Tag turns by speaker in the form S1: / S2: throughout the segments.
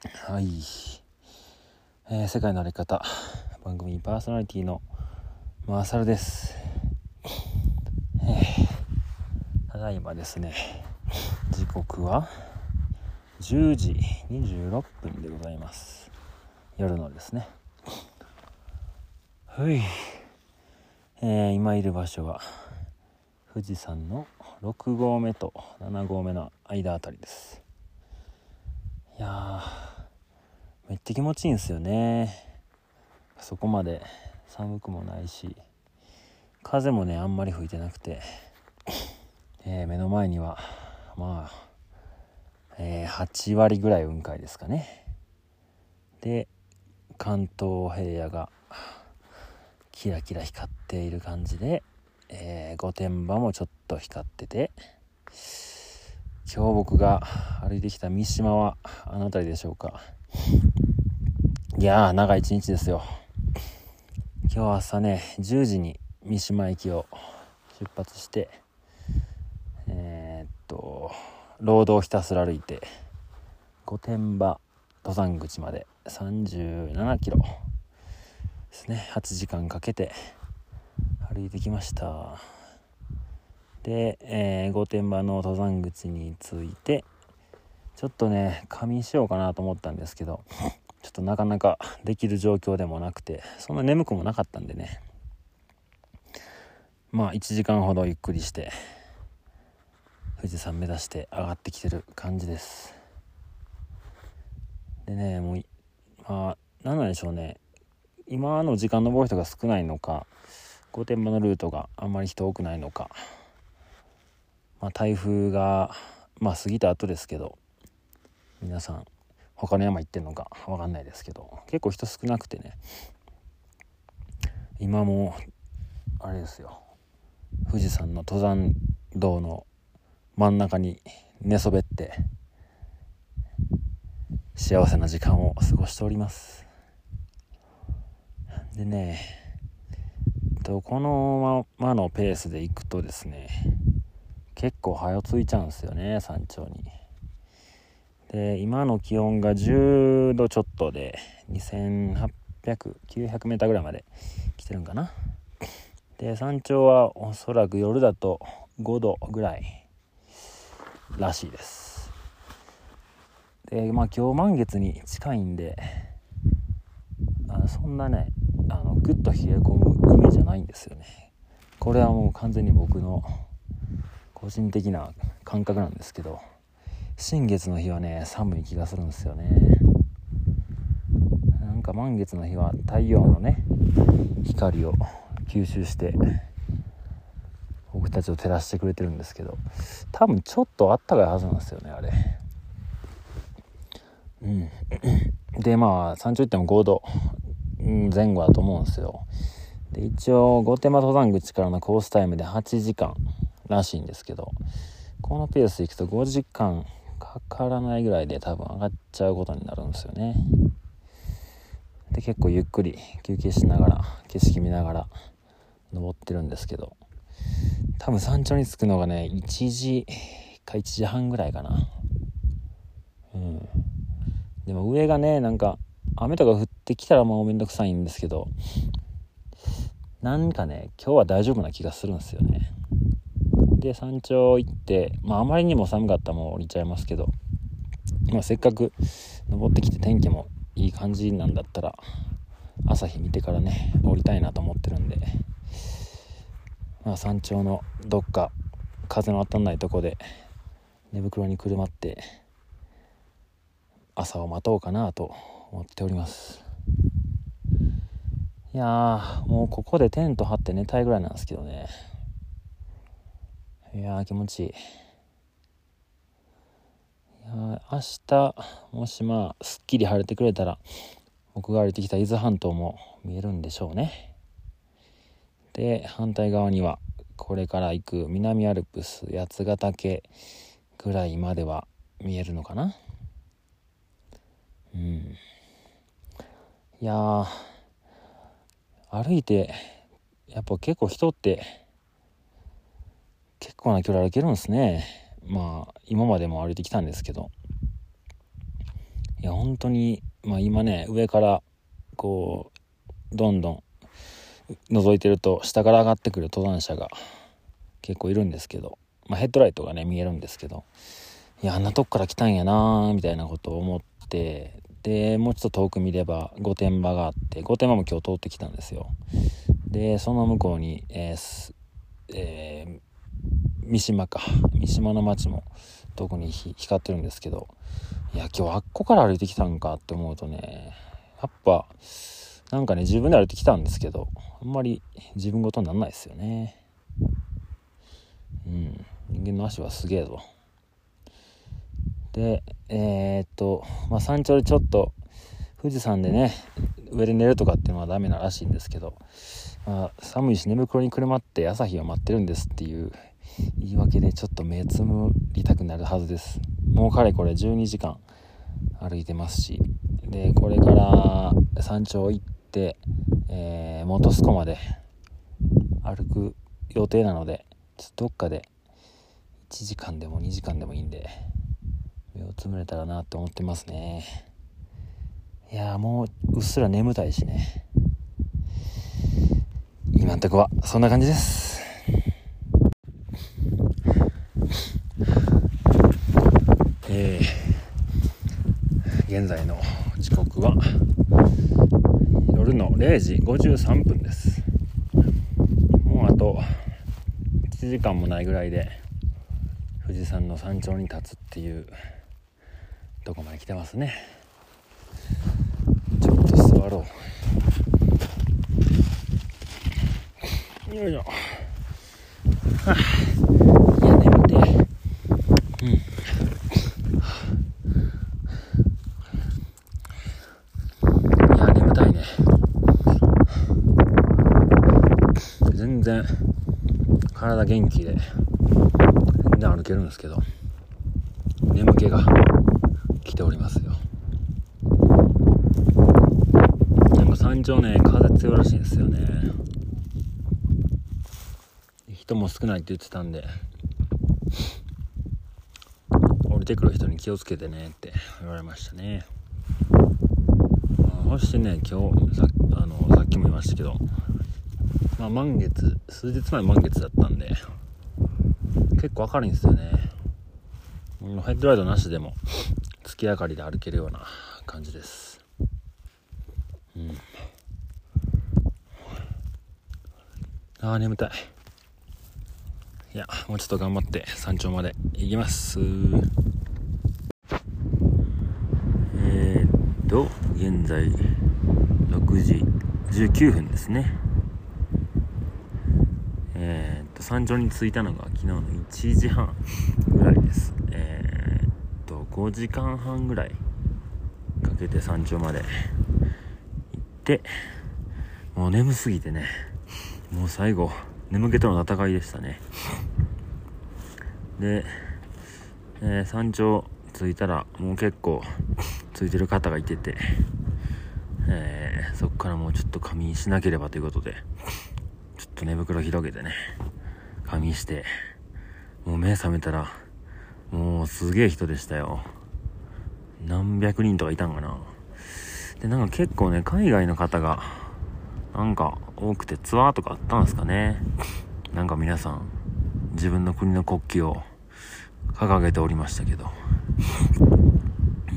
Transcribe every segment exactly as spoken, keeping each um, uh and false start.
S1: はい、えー、世界の歩き方番組パーソナリティのマーサルです。えー、ただいまですね、時刻はじゅうじにじゅうろっぷんでございます。夜のですね。はい、えー、今いる場所は富士山のろく合目となな合目の間あたりです。いやーめっちゃ気持ちいいんですよね。そこまで寒くもないし、風もねあんまり吹いてなくて、えー、目の前にはまあ、えー、はちわりぐらい雲海ですかね。で関東平野がキラキラ光っている感じで、えー、御殿場もちょっと光ってて、今日僕が歩いてきた三島はあの辺りでしょうか。いやー長い一日ですよ。今日朝ねじゅうじに三島駅を出発して、えー、っとロードをひたすら歩いて御殿場登山口までさんじゅうななキロですね。はちじかんかけて歩いてきました。で、えー、御殿場の登山口に着いてちょっとね仮眠しようかなと思ったんですけど、ちょっとなかなかできる状況でもなくて、そんな眠くもなかったんでね、まあいちじかんほどゆっくりして富士山目指して上がってきてる感じです。でね、もうまあ何なんでしょうね、今の時間登る人が少ないのか、御殿場のルートがあんまり人多くないのか、まあ、台風がまあ過ぎた後ですけど、皆さん他の山行ってんのか分かんないですけど、結構人少なくてね、今もあれですよ、富士山の登山道の真ん中に寝そべって幸せな時間を過ごしております。でね、このままのペースで行くとですね、結構早ついちゃうんですよね、山頂に。で今の気温がじゅうどちょっとでにせんはっぴゃく、きゅうひゃくメーターぐらいまで来てるんかな。で山頂はおそらく夜だとごどぐらいらしいです。でまあ今日満月に近いんで、あそんなねあのグッと冷え込むイメージじゃないんですよね。これはもう完全に僕の個人的な感覚なんですけど、新月の日はね寒い気がするんですよね。なんか満月の日は太陽のね光を吸収して僕たちを照らしてくれてるんですけど、多分ちょっとあったかいはずなんですよねあれ。うんでまあ山頂行ってもごど前後だと思うんですよ。で一応御殿場登山口からのコースタイムではちじかんらしいんですけど、このペースでいくとごじかんかからないぐらいで多分上がっちゃうことになるんですよね。で結構ゆっくり休憩しながら景色見ながら登ってるんですけど、多分山頂に着くのがねいちじかいちじはんぐらいかな。うんでも上がねなんか雨とか降ってきたらもうめんどくさいんですけど、なんかね今日は大丈夫な気がするんですよね。で山頂行って、まああまりにも寒かったらもう降りちゃいますけど、まあせっかく登ってきて天気もいい感じなんだったら朝日見てからね降りたいなと思ってるんで、まあ山頂のどっか風の当たんないとこで寝袋にくるまって朝を待とうかなと思っております。いやーもうここでテント張って寝たいぐらいなんですけどね。いやー気持ちいい。いやー明日もしまあすっきり晴れてくれたら僕が歩いてきた伊豆半島も見えるんでしょうね。で反対側にはこれから行く南アルプス八ヶ岳ぐらいまでは見えるのかな。うんいやー歩いてやっぱ結構人って結構な距離歩けるんですね。まあ今までも歩いてきたんですけど、 いや本当に、まあ、今ね上からこうどんどん覗いてると下から上がってくる登山者が結構いるんですけど、まあ、ヘッドライトがね見えるんですけど、いやあんなとこから来たんやなみたいなことを思って、でもうちょっと遠く見れば御殿場があって、御殿場も今日通ってきたんですよ。でその向こうに、えーえー、三島か三島の町も特に光ってるんですけど、いや今日あっこから歩いてきたんかって思うとね、やっぱなんかね自分で歩いてきたんですけど、あんまり自分ごとになんないですよね。うん人間の足はすげえぞ。でえー、っとまあ山頂でちょっと富士山でね上で寝るとかっていうのはダメならしいんですけど、まあ、寒いし寝袋にくるまって朝日を待ってるんですっていう言い訳でちょっと目つむりたくなるはずです。もうかれこれじゅうにじかん歩いてますし、でこれから山頂行って、えー、本栖湖まで歩く予定なので、ちょっとどっかでいちじかんでもにじかんでもいいんで目をつむれたらなって思ってますね。いやもううっすら眠たいしね。今んとこはそんな感じです。えー、現在の時刻は夜のれいじごじゅうさんぷんです。もうあといちじかんもないぐらいで富士山の山頂に立つっていうとこまで来てますね。ちょっと座ろう。よいしょ。はあ、いや眠てえ。うん。いや眠たいね。全然体元気で全然歩けるんですけど、眠気が来ておりますよ。なんか山頂ね風強いらしいんですよね。人も少ないって言ってたんで、降りてくる人に気をつけてねって言われましたね。そしてね今日 さ, あのさっきも言いましたけど、まあ、満月数日前満月だったんで結構明るいんですよね。ヘッドライトなしでも月明かりで歩けるような感じです。うん、あー眠たい。いやもうちょっと頑張って山頂まで行きます。えーっと現在ろくじじゅうきゅうふんですね。えー、っと山頂に着いたのが昨日のいちじはんぐらいです。えー、っとごじかんはんぐらいかけて山頂まで行って、もう眠すぎてね、もう最後眠気との戦いでしたね。で、えー、山頂着いたらもう結構ついてる方がいてて、えー、そこからもうちょっと仮眠しなければということでちょっと寝袋広げてね仮眠して、もう目覚めたらもうすげえ人でしたよ。何百人とかいたんかな。でなんか結構ね海外の方がなんか多くて、ツアーとかあったんですかね。なんか皆さん自分の国の国旗を掲げておりましたけど、うん、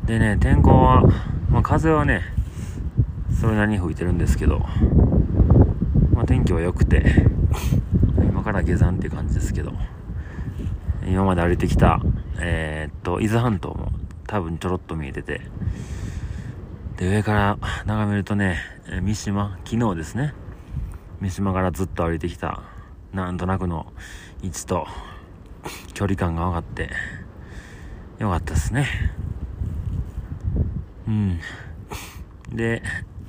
S1: でね天候は、まあ、風はねそれなりに吹いてるんですけど、まあ、天気は良くて今から下山っていう感じですけど、今まで歩いてきたえー、っと伊豆半島も多分ちょろっと見えてて、で上から眺めるとね三島、昨日ですね三島からずっと歩いてきたなんとなくの位置と距離感が分かってよかったですね。うんで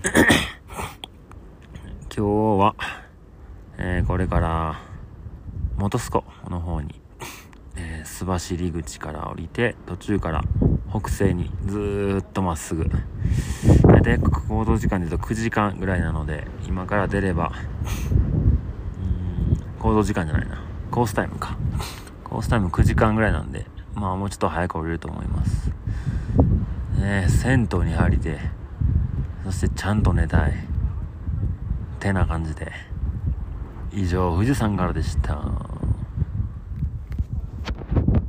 S1: 今日は、えー、これから本栖湖の方に、えー、須走口から降りて途中から北西にずーっとまっすぐ、大体行動時間で言うとくじかんぐらいなので、今から出ればうーん行動時間じゃないなコースタイムかコースタイムくじかんぐらいなんで、まあもうちょっと早く降りると思います。 ねえ銭湯に入りて、そしてちゃんと寝たいてな感じで、以上富士山からでした。